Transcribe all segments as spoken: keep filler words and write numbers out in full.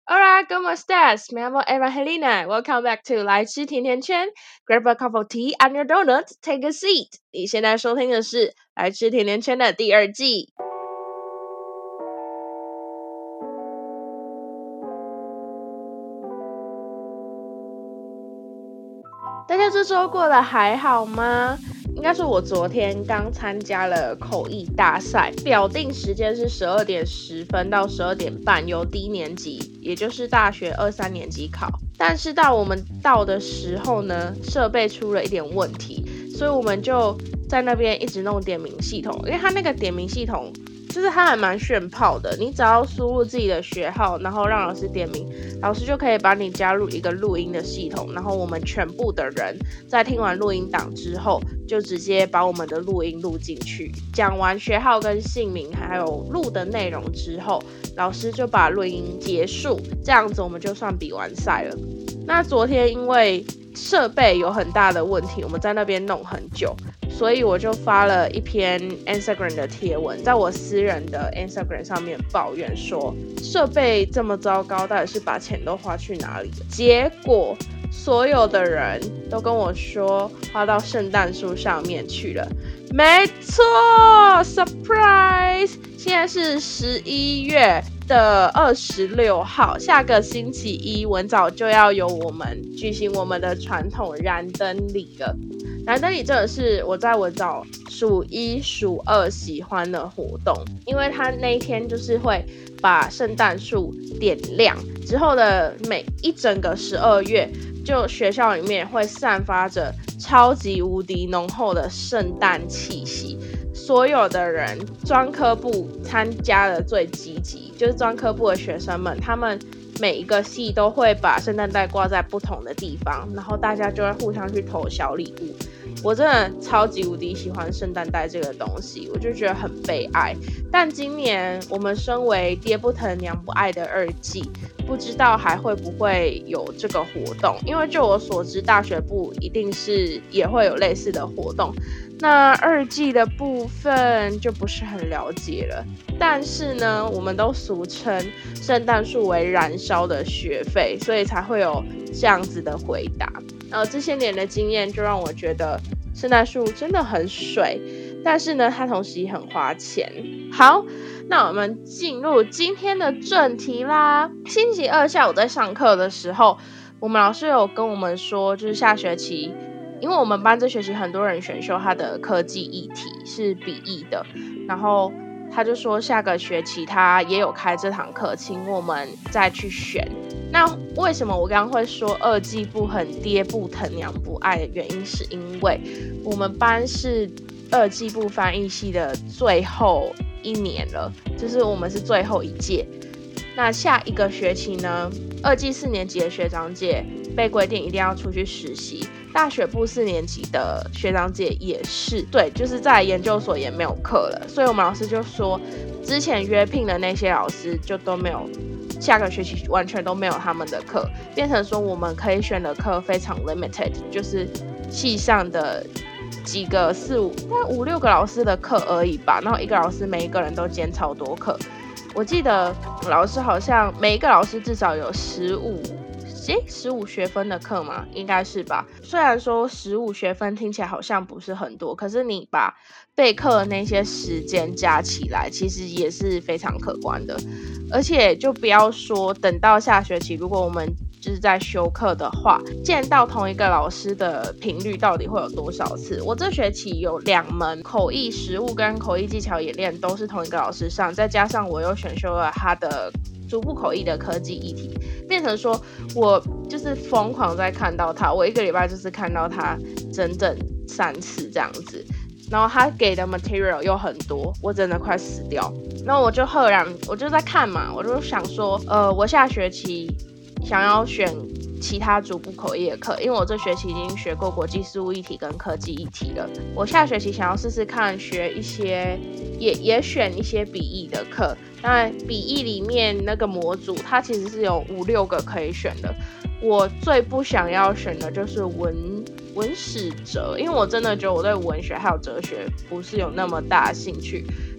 Hola, ¿cómo estás? Me llamo Evangelina. Welcome back to 来吃甜甜圈. Grab a cup of tea and your donut. Take a seat. 你现在收听的是来吃甜甜圈的第二季。大家这周过得还好吗？应该是我昨天刚参加了口译大赛，表定时间是十二点十分到十二点半，由低年级，也就是大学二三年级考。但是到我们到的时候呢，设备出了一点问题，所以我们就在那边一直弄点名系统，因为它那个点名系统就是它还蛮炫炮的，你只要输入自己的学号，然后让老师点名，老师就可以把你加入一个录音的系统，然后我们全部的人在听完录音档之后，就直接把我们的录音录进去，讲完学号跟姓名还有录的内容之后，老师就把录音结束，这样子我们就算比完赛了。那昨天因为设备有很大的问题，我们在那边弄很久，所以我就发了一篇 Instagram 的贴文，在我私人的 Instagram 上面抱怨说设备这么糟糕，到底是把钱都花去哪里了？结果所有的人都跟我说花到圣诞树上面去了。没错 ，surprise！ 现在是十一月的二十六号，下个星期一文藻就要由我们举行我们的传统燃灯礼了。燃灯礼真的是我在文藻数一数二喜欢的活动，因为它那一天就是会把圣诞树点亮之后的每一整个十二月，就学校里面会散发着超级无敌浓厚的圣诞气息。所有的人，专科部参加的最积极，就是专科部的学生们，他们每一个系都会把圣诞带挂在不同的地方，然后大家就会互相去投小礼物。我真的超级无敌喜欢圣诞带这个东西，我就觉得很被爱。但今年我们身为爹不疼娘不爱的二季，不知道还会不会有这个活动，因为就我所知，大学部一定是也会有类似的活动。那二季的部分就不是很了解了，但是呢，我们都俗称圣诞树为燃烧的学费，所以才会有这样子的回答。呃，这些年的经验就让我觉得圣诞树真的很水，但是呢，它同时也很花钱。好，那我们进入今天的正题啦。星期二下午在上课的时候，我们老师有跟我们说，就是下学期，因为我们班这学期很多人选修他的科技议题是笔译的，然后他就说下个学期他也有开这堂课，请我们再去选。那为什么我刚刚会说二季部很爹不疼娘不爱的原因，是因为我们班是二季部翻译系的最后一年了，就是我们是最后一届。那下一个学期呢，二季四年级的学长姐被规定一定要出去实习，大学部四年级的学长姐也是，对，就是在研究所也没有课了，所以我们老师就说，之前约聘的那些老师就都没有，下个学期完全都没有他们的课，变成说我们可以选的课非常 limited， 就是系上的几个四五大概五六个老师的课而已吧，然后一个老师每一个人都兼超多课。我记得老师好像每一个老师至少有十五诶十五学分的课吗？应该是吧。虽然说十五学分听起来好像不是很多，可是你把备课的那些时间加起来，其实也是非常可观的。而且就不要说等到下学期，如果我们就是在修课的话，见到同一个老师的频率到底会有多少次？我这学期有两门口译实务跟口译技巧演练都是同一个老师上，再加上我又选修了他的逐步口译的科技议题，变成说我就是疯狂在看到他，我一个礼拜就是看到他整整三次这样子。然后他给的 material 又很多，我真的快死掉。然后我就赫然，我就在看嘛，我就想说，呃，我下学期想要选其他逐步口译的课，因为我这学期已经学过国际事务议题跟科技议题了。我下学期想要试试看学一些，也也选一些笔译的课。那笔译里面那个模组，它其实是有五六个可以选的。我最不想要选的就是文文史哲，因为我真的觉得我对文学还有哲学不是有那么大的兴趣。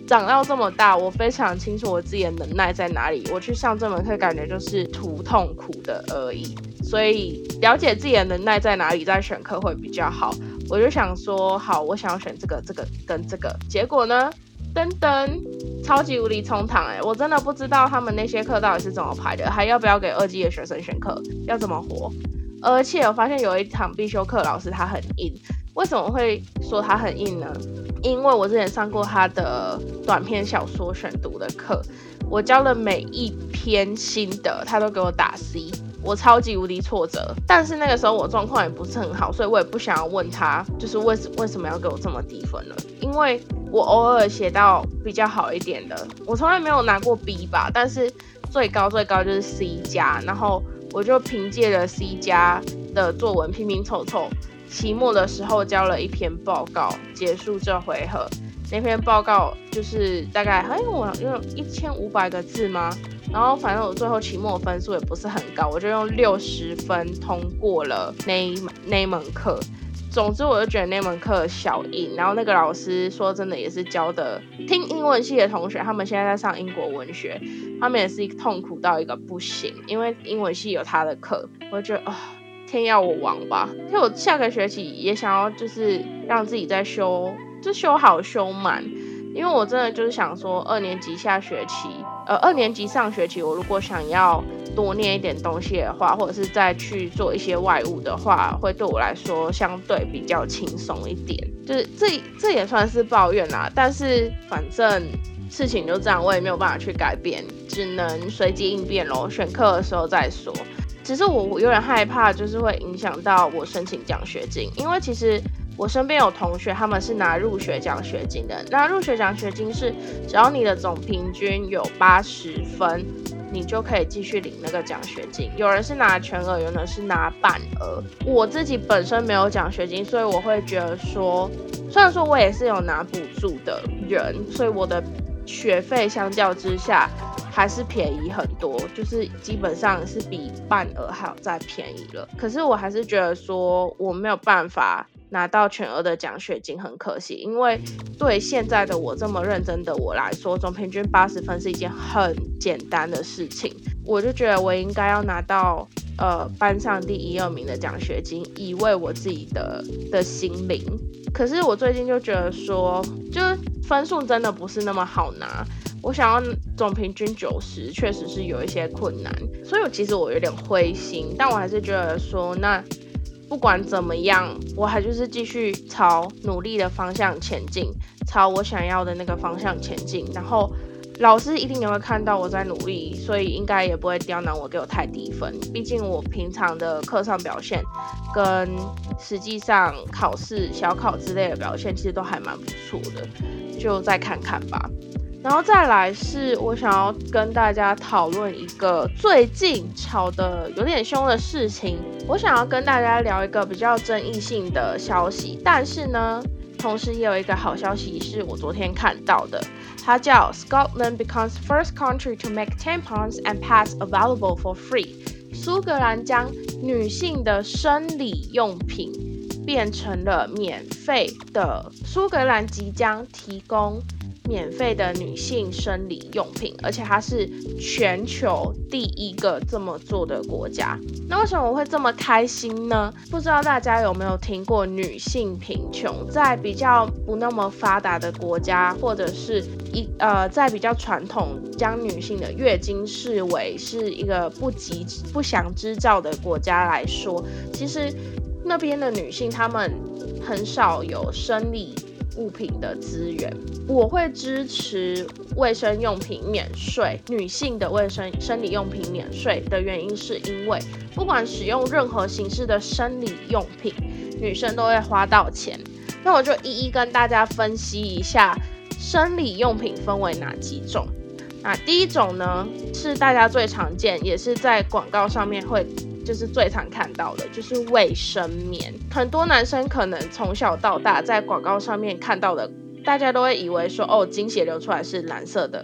长到这么大，我非常清楚我自己的能耐在哪里。我去上这门课，感觉就是图痛苦的而已。所以了解自己的能耐在哪里，再选课会比较好。我就想说，好，我想要选这个、这个跟这个。结果呢，噔噔，超级无敌冲堂哎！我真的不知道他们那些课到底是怎么排的，还要不要给二技的学生选课，要怎么活？而且我发现有一堂必修课老师他很硬，为什么会说他很硬呢？因为我之前上过他的短篇小说选读的课，我教的每一篇新的他都给我打 C， 我超级无敌挫折。但是那个时候我状况也不是很好，所以我也不想要问他就是为为什么要给我这么低分了，因为我偶尔写到比较好一点的，我从来没有拿过 B 吧，但是最高最高就是 C 加，然后我就凭借着 C 加的作文拼拼凑凑，期末的时候交了一篇报告，结束这回合。那篇报告就是大概哎，我用一千五百个字吗？然后反正我最后期末分数也不是很高，我就用六十分通过了那一那一门课。总之我就觉得那门课小硬，然后那个老师说真的也是教的，听英文系的同学他们现在在上英国文学，他们也是痛苦到一个不行，因为英文系有他的课，我就觉得啊、哦，天要我亡吧。所以我下个学期也想要就是让自己再修，就修好修满，因为我真的就是想说二年级下学期呃，二年级上学期我如果想要多念一点东西的话，或者是再去做一些外务的话，会对我来说相对比较轻松一点。就是这这也算是抱怨啦，但是反正事情就这样，我也没有办法去改变，只能随机应变咯，选课的时候再说。只是我有点害怕，就是会影响到我申请奖学金，因为其实我身边有同学他们是拿入学奖学金的，那入学奖学金是只要你的总平均有八十分，你就可以继续领那个奖学金。有人是拿全额，有人是拿半额。我自己本身没有奖学金，所以我会觉得说，虽然说我也是有拿补助的人，所以我的学费相较之下还是便宜很多，就是基本上是比半额还有再便宜了。可是我还是觉得说我没有办法拿到全额的奖学金，很可惜，因为对现在的我这么认真的我来说，总平均八十分是一件很简单的事情。我就觉得我应该要拿到呃班上第一二名的奖学金，以慰我自己的的心灵。可是我最近就觉得说，就是分数真的不是那么好拿，我想要总平均九十，确实是有一些困难，所以其实我有点灰心，但我还是觉得说，那不管怎么样，我还就是继续朝努力的方向前进，朝我想要的那个方向前进，然后老师一定也会看到我在努力，所以应该也不会刁难我给我太低分，毕竟我平常的课上表现跟实际上考试小考之类的表现其实都还蛮不错的，就再看看吧。然后再来是我想要跟大家讨论一个最近吵得有点凶的事情，我想要跟大家聊一个比较争议性的消息，但是呢同时也有一个好消息是我昨天看到的，它叫 Scotland becomes first country to make tampons and pads available for free。 苏格兰将女性的生理用品变成了免费的，苏格兰即将提供免费的女性生理用品，而且它是全球第一个这么做的国家。那为什么我会这么开心呢？不知道大家有没有听过女性贫穷？在比较不那么发达的国家，或者是一呃在比较传统将女性的月经视为是一个不吉不祥之兆的国家来说，其实那边的女性她们很少有生理物品的资源。我会支持卫生用品免税，女性的卫生生理用品免税的原因是因为不管使用任何形式的生理用品，女生都会花到钱。那我就一一跟大家分析一下生理用品分为哪几种。那第一种呢，是大家最常见，也是在广告上面会就是最常看到的，就是卫生棉。很多男生可能从小到大在广告上面看到的，大家都会以为说，哦，经血流出来是蓝色的，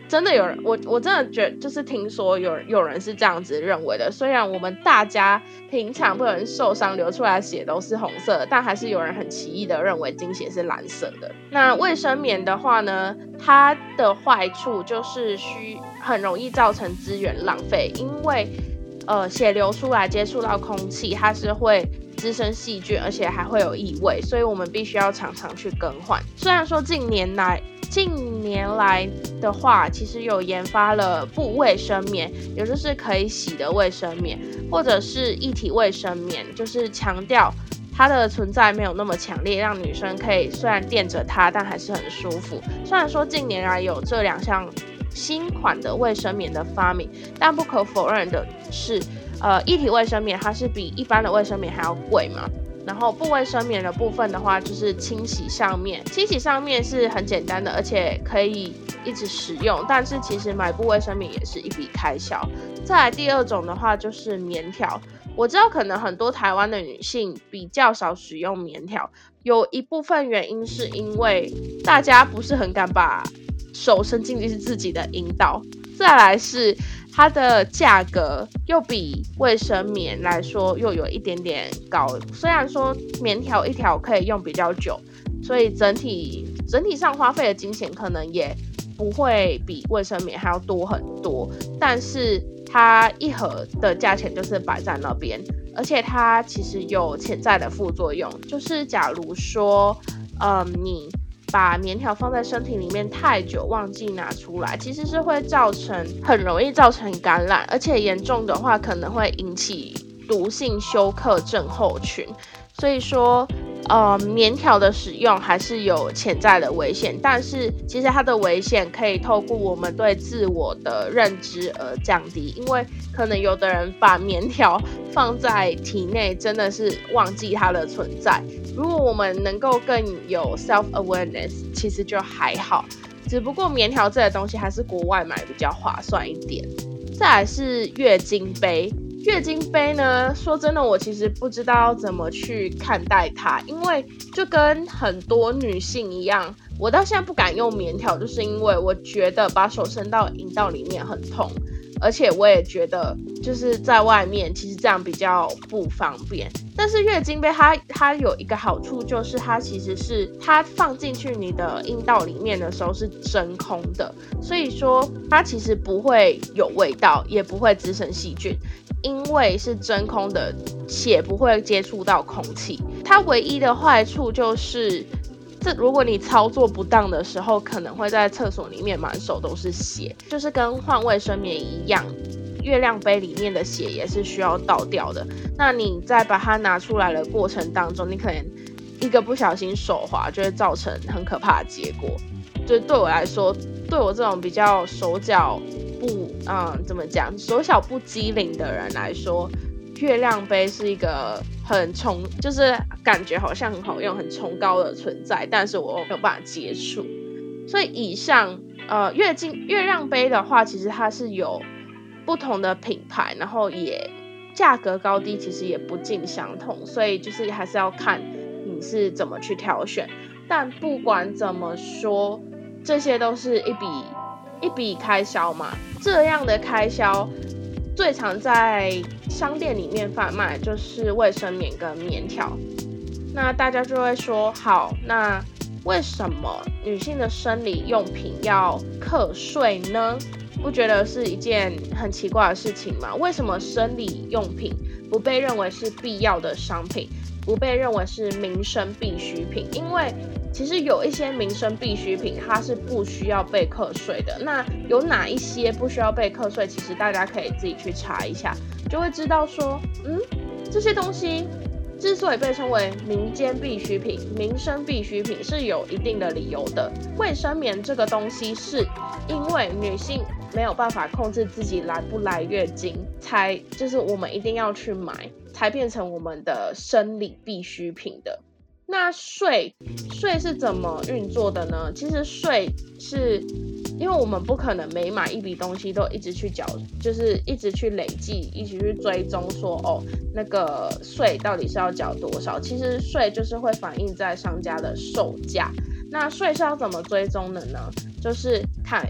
真的有人，我我真的觉得就是听说有有人是这样子认为的。虽然我们大家平常不小心受伤流出来的血都是红色的，但还是有人很奇异的认为经血是蓝色的。那卫生棉的话呢，它的坏处就是需很容易造成资源浪费，因为呃血流出来接触到空气，它是会滋生细菌，而且还会有异味，所以我们必须要常常去更换。虽然说近年来近年来的话，其实有研发了不卫生棉，也就是可以洗的卫生棉，或者是一体卫生棉，就是强调它的存在没有那么强烈，让女生可以虽然垫着它，但还是很舒服。虽然说近年来有这两项新款的卫生棉的发明，但不可否认的是，呃，一体卫生棉它是比一般的卫生棉还要贵嘛。然后不卫生棉的部分的话，就是清洗上面，清洗上面是很简单的，而且可以一直使用。但是其实买不卫生棉也是一笔开销。再来第二种的话就是棉条，我知道可能很多台湾的女性比较少使用棉条，有一部分原因是因为大家不是很敢把手伸进去自己的阴道。再来是它的价格又比卫生棉来说又有一点点高，虽然说棉条一条可以用比较久，所以整体整体上花费的金钱可能也不会比卫生棉还要多很多，但是它一盒的价钱就是摆在那边，而且它其实有潜在的副作用，就是假如说嗯你把棉条放在身体里面太久忘记拿出来，其实是会造成很容易造成感染，而且严重的话可能会引起毒性休克症候群。所以说呃，棉条的使用还是有潜在的危险，但是其实它的危险可以透过我们对自我的认知而降低，因为可能有的人把棉条放在体内真的是忘记它的存在。如果我们能够更有 self awareness， 其实就还好，只不过棉条这个东西还是国外买比较划算一点。再来是月经杯，月经杯呢，说真的，我其实不知道怎么去看待它，因为就跟很多女性一样，我到现在不敢用棉条，就是因为我觉得把手伸到阴道里面很痛，而且我也觉得就是在外面其实这样比较不方便。但是月经杯它它有一个好处，就是它其实是它放进去你的阴道里面的时候是真空的，所以说它其实不会有味道，也不会滋生细菌，因为是真空的，血不会接触到空气。它唯一的坏处就是这如果你操作不当的时候，可能会在厕所里面满手都是血，就是跟换卫生棉一样，月亮杯里面的血也是需要倒掉的。那你在把它拿出来的过程当中，你可能一个不小心手滑，就会造成很可怕的结果。就对我来说，对我这种比较手脚不嗯怎么讲，手脚不机灵的人来说，月亮杯是一个很崇，就是感觉好像很好用、很崇高的存在，但是我没有办法接触。所以以上呃月经月亮杯的话，其实它是有不同的品牌，然后也价格高低其实也不尽相同，所以就是还是要看你是怎么去挑选。但不管怎么说，这些都是一笔一笔开销嘛。这样的开销最常在商店里面贩卖就是卫生棉跟棉条。那大家就会说，好，那为什么女性的生理用品要课税呢？不觉得是一件很奇怪的事情吗？为什么生理用品不被认为是必要的商品，不被认为是民生必需品？因为其实有一些民生必需品它是不需要被课税的。那有哪一些不需要被课税？其实大家可以自己去查一下，就会知道说，嗯，这些东西之所以被称为民间必需品、民生必需品，是有一定的理由的。卫生棉这个东西是因为女性没有办法控制自己来不来月经，才就是我们一定要去买，才变成我们的生理必需品的。那税税是怎么运作的呢？其实税是因为我们不可能每买一笔东西都一直去缴，就是一直去累计，一直去追踪说哦，那个税到底是要缴多少。其实税就是会反映在商家的售价。那税是要怎么追踪的呢？就是看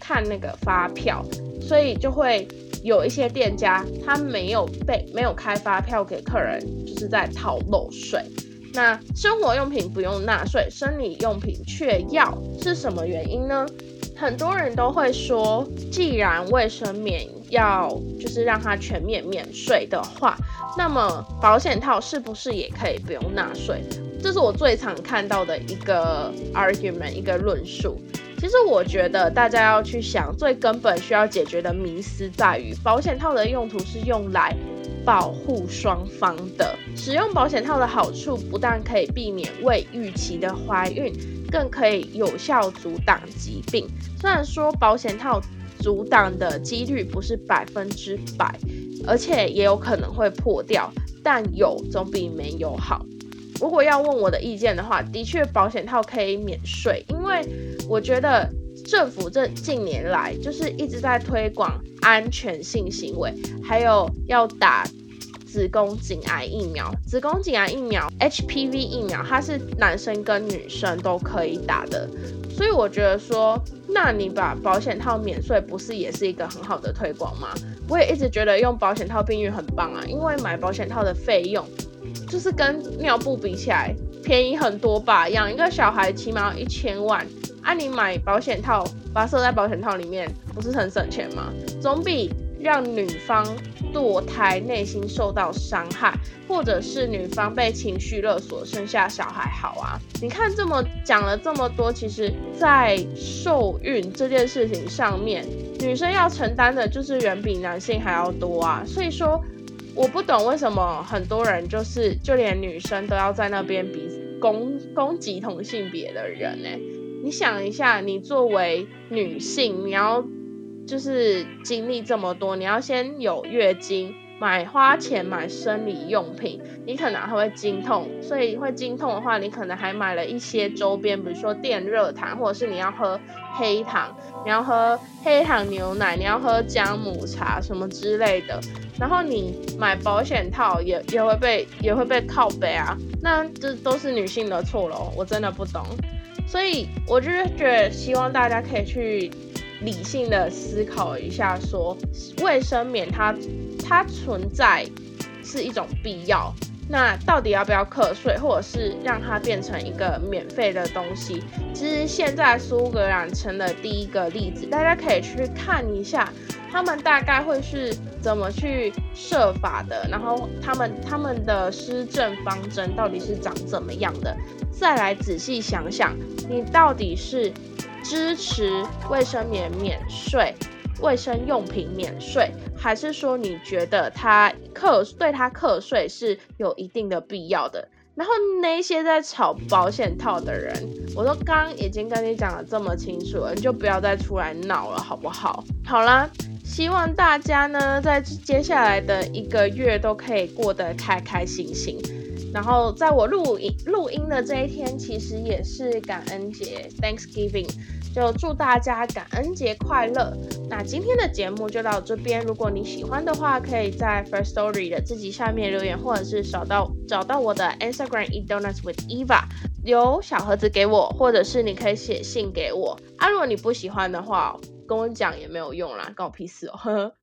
看那个发票，所以就会有一些店家他没有被没有开发票给客人，就是在逃漏税。那生活用品不用纳税，生理用品却要，是什么原因呢？很多人都会说，既然卫生棉要就是让它全面免税的话，那么保险套是不是也可以不用纳税？这是我最常看到的一个 argument， 一个论述。其实我觉得大家要去想，最根本需要解决的迷思在于，保险套的用途是用来保护双方的。使用保险套的好处不但可以避免未预期的怀孕，更可以有效阻挡疾病。虽然说保险套阻挡的几率不是百分之百，而且也有可能会破掉，但有总比没有好。如果要问我的意见的话，的确保险套可以免税，因为我觉得政府这近年来就是一直在推广安全性行为，还有要打子宫颈癌疫苗。子宫颈癌疫苗 H P V 疫苗，它是男生跟女生都可以打的，所以我觉得说，那你把保险套免税，不是也是一个很好的推广吗？我也一直觉得用保险套避孕很棒啊，因为买保险套的费用就是跟尿布比起来便宜很多吧，养一个小孩起码要一千万啊，你买保险套把它设在保险套里面，不是很省钱吗？总比让女方堕胎内心受到伤害，或者是女方被情绪勒索生下小孩好啊。你看这么讲了这么多，其实在受孕这件事情上面，女生要承担的就是远比男性还要多啊。所以说我不懂为什么很多人就是就连女生都要在那边比攻攻击同性别的人欸。你想一下，你作为女性，你要就是经历这么多，你要先有月经，买花钱买生理用品，你可能还会经痛，所以会经痛的话，你可能还买了一些周边，比如说电热毯，或者是你要喝黑糖，你要喝黑糖牛奶，你要喝姜母茶什么之类的。然后你买保险套也也会被也会被靠北啊，那这都是女性的错咯，我真的不懂。所以我就是觉得希望大家可以去理性的思考一下说，卫生棉它它存在是一种必要，那到底要不要课税，或者是让它变成一个免费的东西？其实现在苏格兰成了第一个例子，大家可以去看一下他们大概会是怎么去设法的，然后他们他们的施政方针到底是长怎么样的，再来仔细想想，你到底是支持卫生棉免税、卫生用品免税，还是说你觉得它课对它课税是有一定的必要的？然后那些在炒保险套的人，我都刚刚已经跟你讲得这么清楚了，你就不要再出来闹了，好不好？好啦，希望大家呢在接下来的一个月都可以过得开开心心。然后在我录音录音的这一天，其实也是感恩节 Thanksgiving， 就祝大家感恩节快乐。那今天的节目就到这边，如果你喜欢的话，可以在 First Story 的自己下面留言，或者是找到找到我的 Instagram Eat Donuts with Eva， 留小盒子给我，或者是你可以写信给我啊。如果你不喜欢的话，跟我讲也没有用啦，关我屁事哦。